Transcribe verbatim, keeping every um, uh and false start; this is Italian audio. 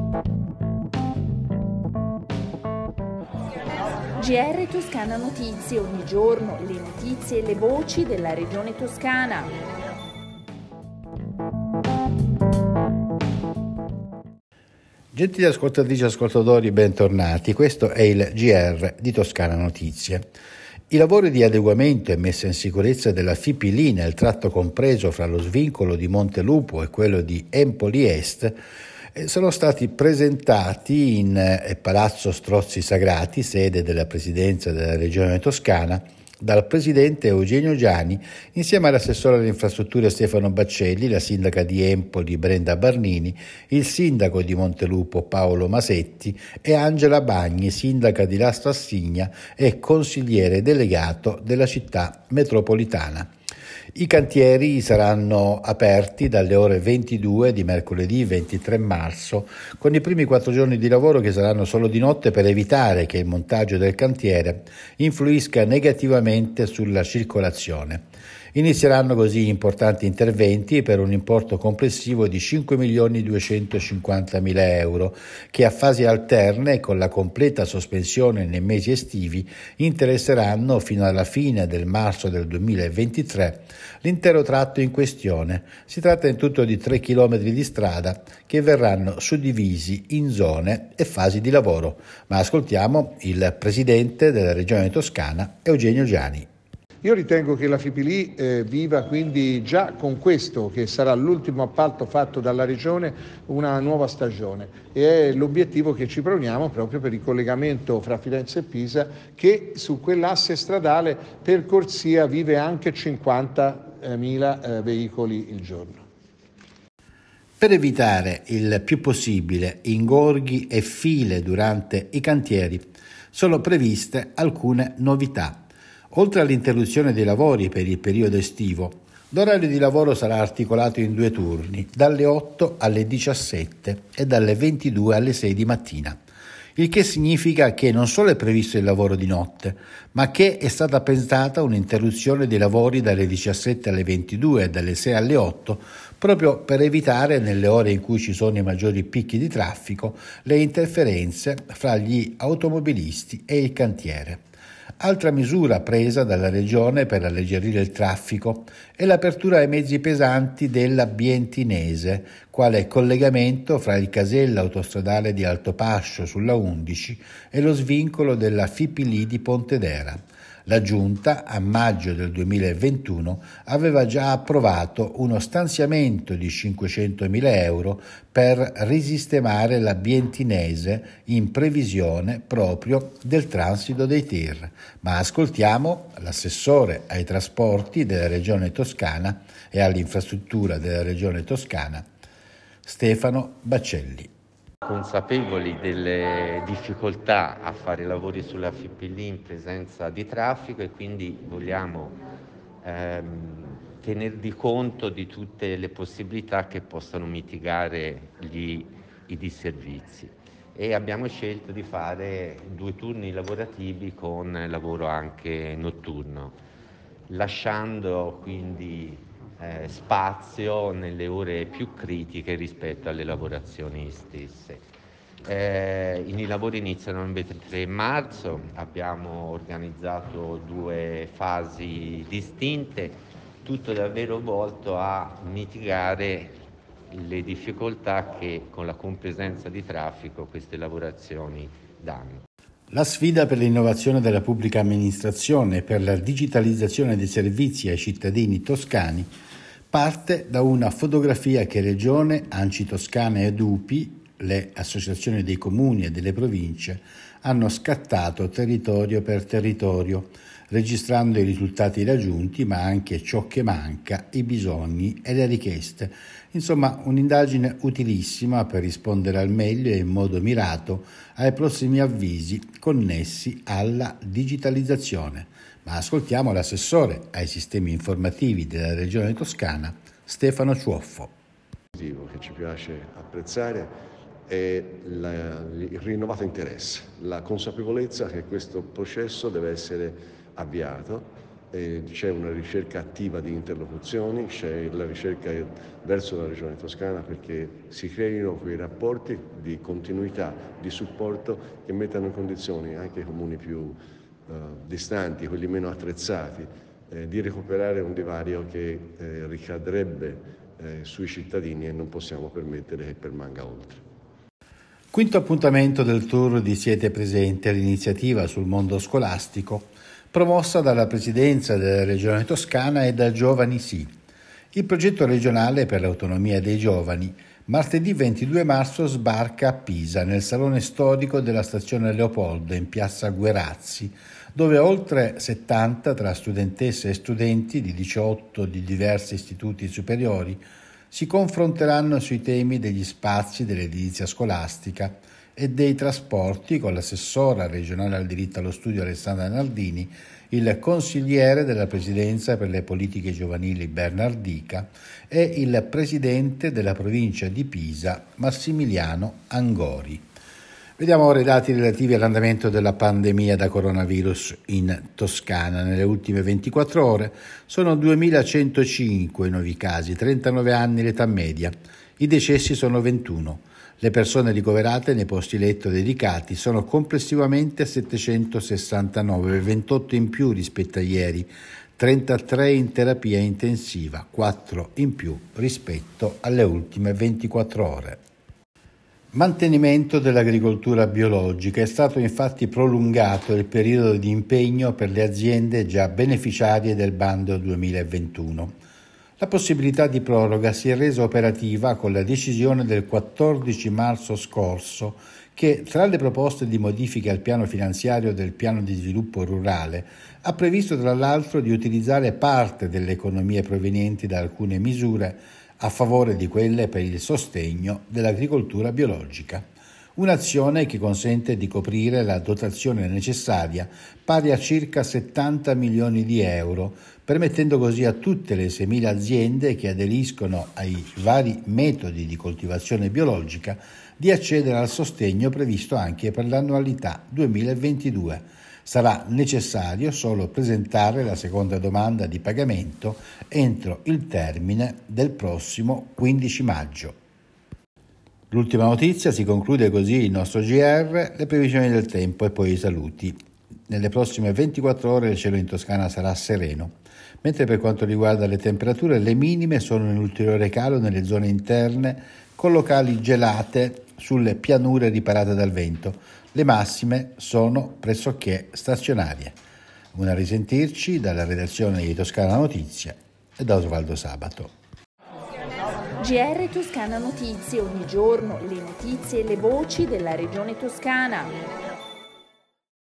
G R Toscana Notizie, ogni giorno le notizie e le voci della regione toscana. Gentili ascoltatrici e ascoltatori, bentornati. Questo è il G R di Toscana Notizie. I lavori di adeguamento e messa in sicurezza della Fipili nel tratto compreso fra lo svincolo di Montelupo e quello di Empoli Est sono stati presentati in Palazzo Strozzi Sagrati, sede della Presidenza della Regione Toscana, dal Presidente Eugenio Giani, insieme all'assessore alle infrastrutture Stefano Baccelli, la sindaca di Empoli Brenda Barnini, il sindaco di Montelupo Paolo Masetti e Angela Bagni, sindaca di Lastra Assigna e consigliere delegato della città metropolitana. I cantieri saranno aperti dalle ore ventidue di mercoledì ventitré marzo, con i primi quattro giorni di lavoro che saranno solo di notte per evitare che il montaggio del cantiere influisca negativamente sulla circolazione. Inizieranno così importanti interventi per un importo complessivo di cinque milioni duecentocinquantamila euro che a fasi alterne e con la completa sospensione nei mesi estivi interesseranno fino alla fine del marzo del duemilaventitré l'intero tratto in questione. Si tratta in tutto di tre chilometri di strada che verranno suddivisi in zone e fasi di lavoro. Ma ascoltiamo il presidente della Regione Toscana, Eugenio Giani. Io ritengo che la Fipili eh, viva quindi già con questo, che sarà l'ultimo appalto fatto dalla Regione, una nuova stagione e è l'obiettivo che ci proponiamo proprio per il collegamento fra Firenze e Pisa, che su quell'asse stradale per corsia vive anche cinquantamila eh, veicoli il giorno. Per evitare il più possibile ingorghi e file durante i cantieri sono previste alcune novità. Oltre all'interruzione dei lavori per il periodo estivo, l'orario di lavoro sarà articolato in due turni, dalle otto alle diciassette e dalle ventidue alle sei di mattina, il che significa che non solo è previsto il lavoro di notte, ma che è stata pensata un'interruzione dei lavori dalle diciassette alle ventidue e dalle sei alle otto, proprio per evitare, nelle ore in cui ci sono i maggiori picchi di traffico, le interferenze fra gli automobilisti e il cantiere. Altra misura presa dalla Regione per alleggerire il traffico è l'apertura ai mezzi pesanti della Bientinese, quale collegamento fra il casello autostradale di Altopascio sulla undici e lo svincolo della Fipili di Pontedera. La Giunta, a maggio del duemilaventuno, aveva già approvato uno stanziamento di cinquecentomila euro per risistemare la Bientinese in previsione proprio del transito dei tir. Ma ascoltiamo l'assessore ai trasporti della Regione Toscana e all'infrastruttura della Regione Toscana, Stefano Baccelli. Consapevoli delle difficoltà a fare lavori sulla Fipili in presenza di traffico e quindi vogliamo ehm, tener di conto di tutte le possibilità che possano mitigare gli, i disservizi e abbiamo scelto di fare due turni lavorativi con lavoro anche notturno, lasciando quindi Eh, spazio nelle ore più critiche rispetto alle lavorazioni stesse. Eh, I lavori iniziano il ventitré marzo, abbiamo organizzato due fasi distinte, tutto davvero volto a mitigare le difficoltà che con la compresenza di traffico queste lavorazioni danno. La sfida per l'innovazione della pubblica amministrazione e per la digitalizzazione dei servizi ai cittadini toscani parte da una fotografia che Regione, Anci Toscana ed U P I, le associazioni dei comuni e delle province, hanno scattato territorio per territorio, registrando i risultati raggiunti, ma anche ciò che manca, i bisogni e le richieste. Insomma, un'indagine utilissima per rispondere al meglio e in modo mirato ai prossimi avvisi connessi alla digitalizzazione. Ma ascoltiamo l'assessore ai sistemi informativi della Regione Toscana, Stefano Ciuoffo. Che ci piace apprezzare è la, il rinnovato interesse, la consapevolezza che questo processo deve essere avviato eh, c'è una ricerca attiva di interlocuzioni, c'è la ricerca verso la Regione Toscana perché si creino quei rapporti di continuità, di supporto che mettano in condizioni anche i comuni più eh, distanti, quelli meno attrezzati, eh, di recuperare un divario che eh, ricadrebbe eh, sui cittadini e non possiamo permettere che permanga oltre. Quinto appuntamento del tour di Siete Presenti, l'iniziativa sul mondo scolastico promossa dalla Presidenza della Regione Toscana e da Giovani Sì. Il progetto regionale per l'autonomia dei giovani martedì ventidue marzo sbarca a Pisa, nel salone storico della stazione Leopoldo in piazza Guerazzi, dove oltre settanta tra studentesse e studenti di diciotto di diversi istituti superiori si confronteranno sui temi degli spazi dell'edilizia scolastica e dei trasporti con l'assessora regionale al diritto allo studio Alessandra Nardini, il consigliere della Presidenza per le politiche giovanili Bernardica e il presidente della provincia di Pisa Massimiliano Angori. Vediamo ora i dati relativi all'andamento della pandemia da coronavirus in Toscana. Nelle ultime ventiquattro ore sono duemilacentocinque i nuovi casi, trentanove anni l'età media. I decessi sono ventuno. Le persone ricoverate nei posti letto dedicati sono complessivamente settecentosessantanove, ventotto in più rispetto a ieri, trentatré in terapia intensiva, quattro in più rispetto alle ultime ventiquattro ore. Mantenimento dell'agricoltura biologica. È stato infatti prolungato il periodo di impegno per le aziende già beneficiarie del bando duemilaventuno. La possibilità di proroga si è resa operativa con la decisione del quattordici marzo scorso che, tra le proposte di modifiche al piano finanziario del piano di sviluppo rurale, ha previsto tra l'altro di utilizzare parte delle economie provenienti da alcune misure a favore di quelle per il sostegno dell'agricoltura biologica. Un'azione che consente di coprire la dotazione necessaria, pari a circa settanta milioni di euro, permettendo così a tutte le seimila aziende che aderiscono ai vari metodi di coltivazione biologica di accedere al sostegno previsto anche per l'annualità duemilaventidue. Sarà necessario solo presentare la seconda domanda di pagamento entro il termine del prossimo quindici maggio. L'ultima notizia, si conclude così il nostro G R, le previsioni del tempo e poi i saluti. Nelle prossime ventiquattro ore il cielo in Toscana sarà sereno, mentre per quanto riguarda le temperature, le minime sono in ulteriore calo nelle zone interne, con locali gelate sulle pianure riparate dal vento. Le massime sono pressoché stazionarie. Un a risentirci dalla redazione di Toscana Notizie e da Osvaldo Sabato. G R Toscana Notizie, ogni giorno le notizie e le voci della regione toscana.